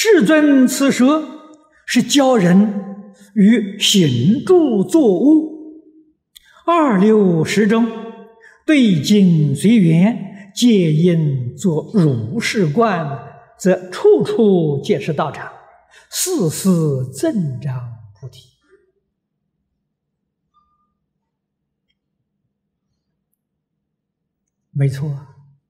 世尊此说是教人于行住坐卧、二六时中，对境随缘，皆应作如是观，则处处皆是道场，事事增长菩提。没错。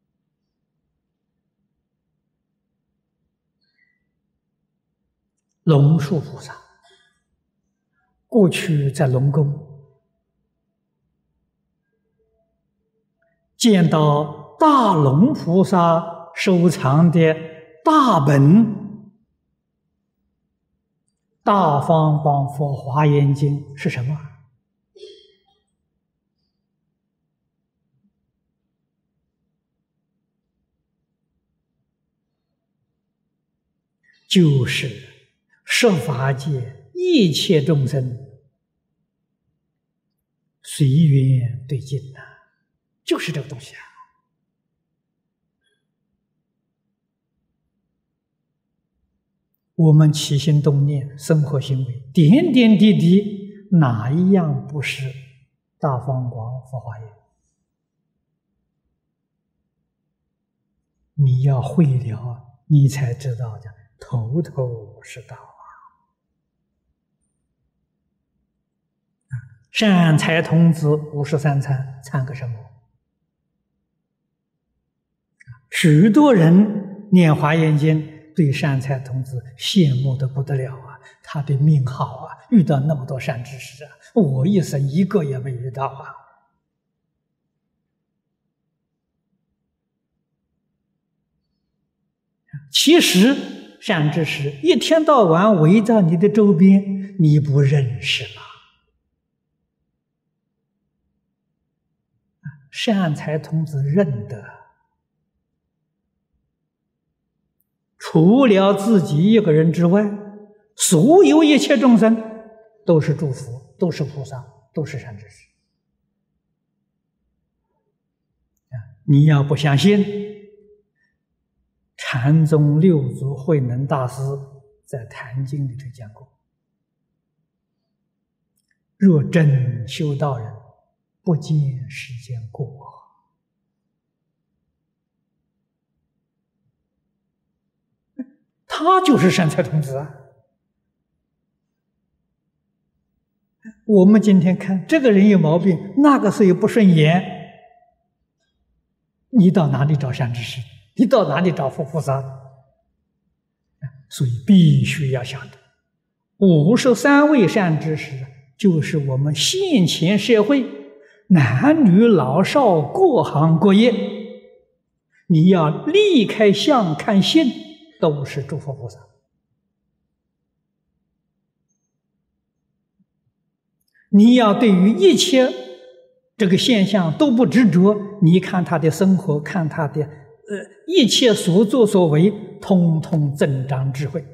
龙树菩萨过去在龙宫见到大龙菩萨收藏的大本《大方广佛华严经》是什么？就是设法界一切众生随缘对境呐，就是这个东西啊。我们起心动念、生活行为，点点滴滴，哪一样不是大方广佛华严？你要会了，你才知道的，头头是道。善财童子53参参个什么？许多人念华严经，对善财童子羡慕得不得了啊！他的命好啊，遇到那么多善知识啊，我一生一个也没遇到啊。其实善知识一天到晚围在你的周边，你不认识吗？善财童子认得，除了自己一个人之外，所有一切众生都是诸佛，都是菩萨，都是善知识。你要不相信，禅宗六祖慧能大师在《坛经》里头讲过：若真修道人，不见世间过。他就是善财童子啊。我们今天看这个人有毛病，那个时候不顺眼，你到哪里找善知识？你到哪里找佛菩萨？所以必须要晓得，53位善知识就是我们现前社会男女老少各行各业，你要离开相看性，都是诸佛菩萨。你要对于一切这个现象都不执着，你看他的生活，看他的一切所作所为，通通增长智慧。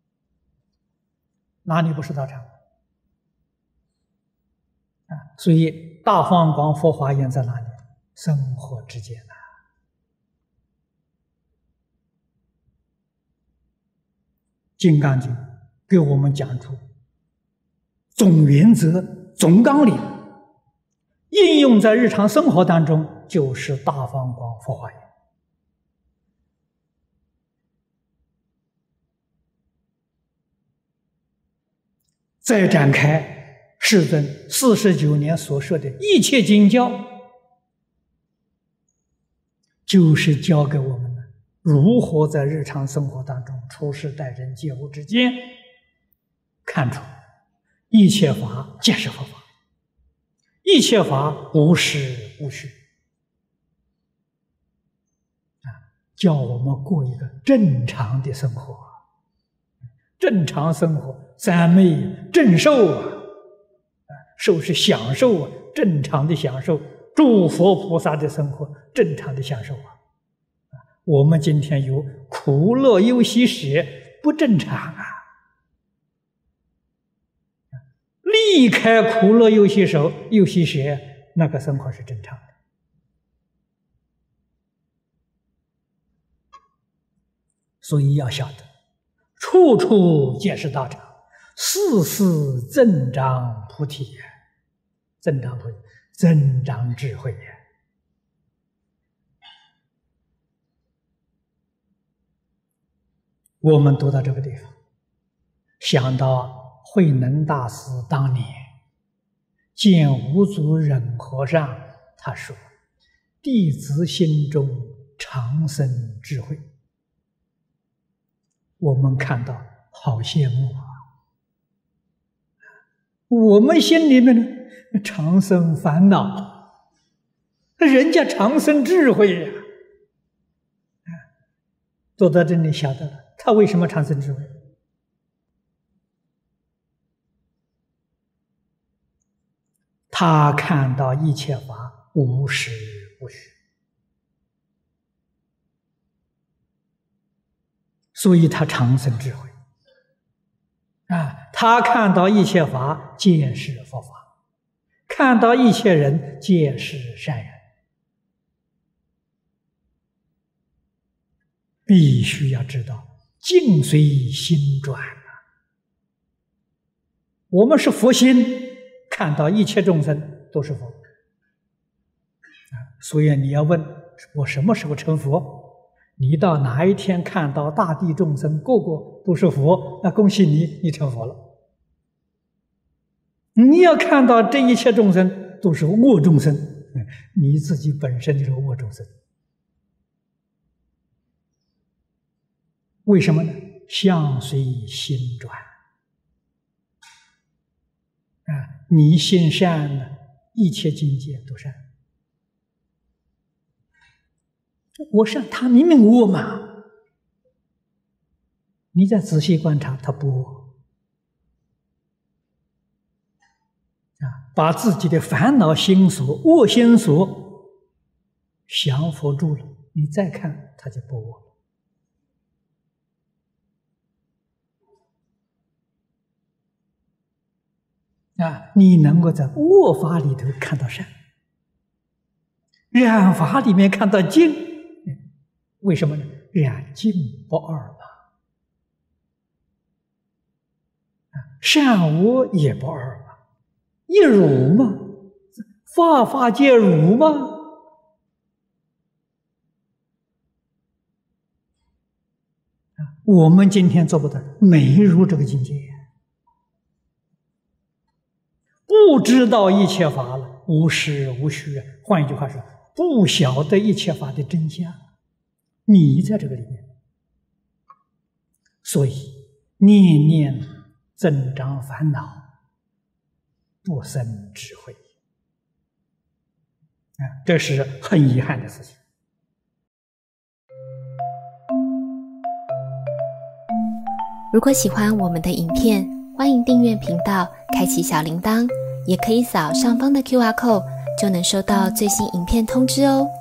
哪里不是道场？所以大方广佛华严在哪里？生活之间啊。金刚经给我们讲出总原则、总纲领，应用在日常生活当中，就是大方广佛华严。再展开世尊49年所说的一切经教，就是教给我们的如何在日常生活当中处事待人接物之间，看出一切法皆是佛法，一切法无实无虚，教我们过一个正常的生活。正常生活，三昧正受啊，受是享受啊，正常的享受，诸佛菩萨的生活，正常的享受啊。我们今天有苦乐忧喜舍，不正常啊。离开苦乐忧喜舍，那个生活是正常的。所以要晓得， 处处皆是道场，事事增长菩提，增长菩提，增长智慧。我们读到这个地方，想到慧能大师当年见五祖忍和尚，他说：“弟子心中常生智慧。”我们看到好羡慕啊！我们心里面呢，常生烦恼，人家常生智慧呀！读到这里晓得了，他为什么常生智慧？他看到一切法无实无虚，所以他常生智慧。他看到一切法皆是佛法，看到一切人皆是善人，必须要知道境随心转啊！我们是佛心，看到一切众生都是佛所以你要问我什么时候成佛？你到哪一天看到大地众生个个都是佛，那恭喜你，你成佛了。你要看到这一切众生都是恶众生，你自己本身就是恶众生。为什么呢？相随心转你心善呢，一切境界都善。我善，他明明恶嘛，你再仔细观察，他不恶把自己的烦恼心所、恶心所降服住了，你再看他就不恶了。你能够在恶法里头看到善，染法里面看到净。为什么呢？染净不二嘛，善恶也不二嘛，一如嘛，法法皆如嘛。我们今天做不到，没入这个境界，不知道一切法了，无实无虚。换一句话说，不晓得一切法的真相。你在这个里面，所以念念增长烦恼，不生智慧这是很遗憾的事情。 如果喜欢我们的影片，欢迎订阅频道，开启小铃铛，也可以扫上方的 QR code，就能收到最新影片通知哦。